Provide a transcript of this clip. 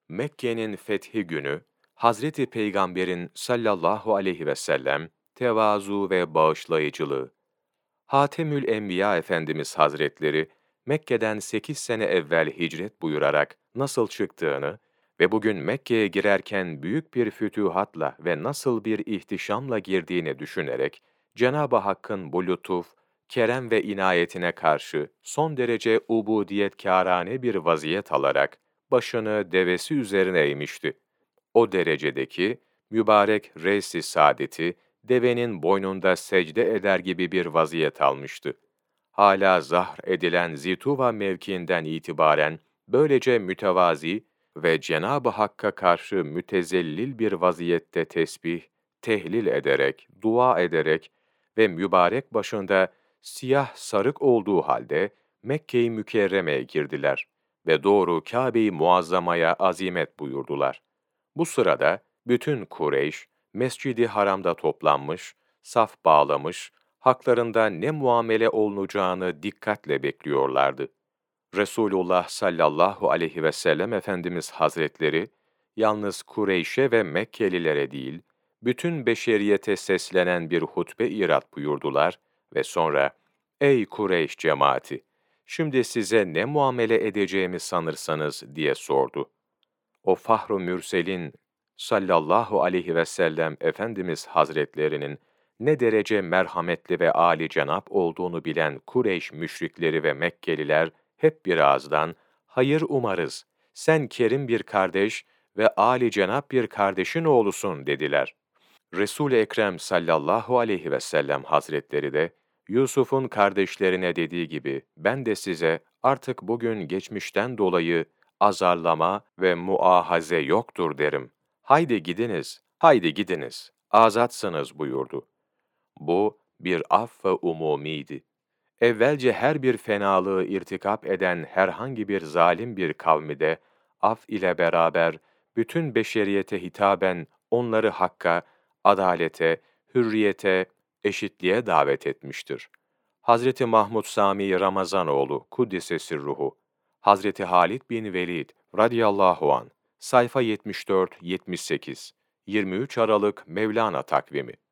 Mekke'nin fethi günü, Hazreti Peygamber'in sallallahu aleyhi ve sellem tevazu ve bağışlayıcılığı. Hatemül Enbiya Efendimiz Hazretleri, Mekke'den 8 sene evvel hicret buyurarak nasıl çıktığını ve bugün Mekke'ye girerken büyük bir fütühatla ve nasıl bir ihtişamla girdiğini düşünerek, Cenab-ı Hakk'ın bu lütuf, kerem ve inayetine karşı son derece ubudiyetkârane bir vaziyet alarak, başını devesi üzerine eğmişti. O derecedeki mübarek reis-i saadeti, devenin boynunda secde eder gibi bir vaziyet almıştı. Hala zahr edilen Zituva mevkiinden itibaren böylece mütevazi ve Cenab-ı Hakk'a karşı mütezellil bir vaziyette tesbih, tehlil ederek, dua ederek ve mübarek başında siyah sarık olduğu halde Mekke-i Mükerreme'ye girdiler ve doğru Kâbe-i Muazzama'ya azimet buyurdular. Bu sırada bütün Kureyş, Mescid-i Haram'da toplanmış, saf bağlamış, haklarında ne muamele olunacağını dikkatle bekliyorlardı. Resulullah sallallahu aleyhi ve sellem Efendimiz Hazretleri, yalnız Kureyş'e ve Mekkelilere değil, bütün beşeriyete seslenen bir hutbe irat buyurdular ve sonra, "Ey Kureyş cemaati! Şimdi size ne muamele edeceğimi sanırsanız?" diye sordu. O Fahru Mürselin sallallahu aleyhi ve sellem Efendimiz Hazretlerinin ne derece merhametli ve âli-cenap olduğunu bilen Kureyş müşrikleri ve Mekkeliler hep bir ağızdan, "Hayır umarız, sen kerim bir kardeş ve âli-cenap bir kardeşin oğlusun." dediler. Resul-i Ekrem sallallahu aleyhi ve sellem Hazretleri de, Yusuf'un kardeşlerine dediği gibi, ben de size artık bugün geçmişten dolayı azarlama ve muahaze yoktur derim. Haydi gidiniz, haydi gidiniz, azatsınız buyurdu. Bu bir aff-ı umumiydi. Evvelce her bir fenalığı irtikap eden herhangi bir zalim bir kavmi de, af ile beraber bütün beşeriyete hitaben onları hakka, adalete, hürriyete, eşitliğe davet etmiştir. Hazreti Mahmud Sami Ramazanoğlu Kuddise Sirruhu, Hazreti Halid bin Velid radıyallahu an, sayfa 74-78, 23 Aralık Mevlana takvimi.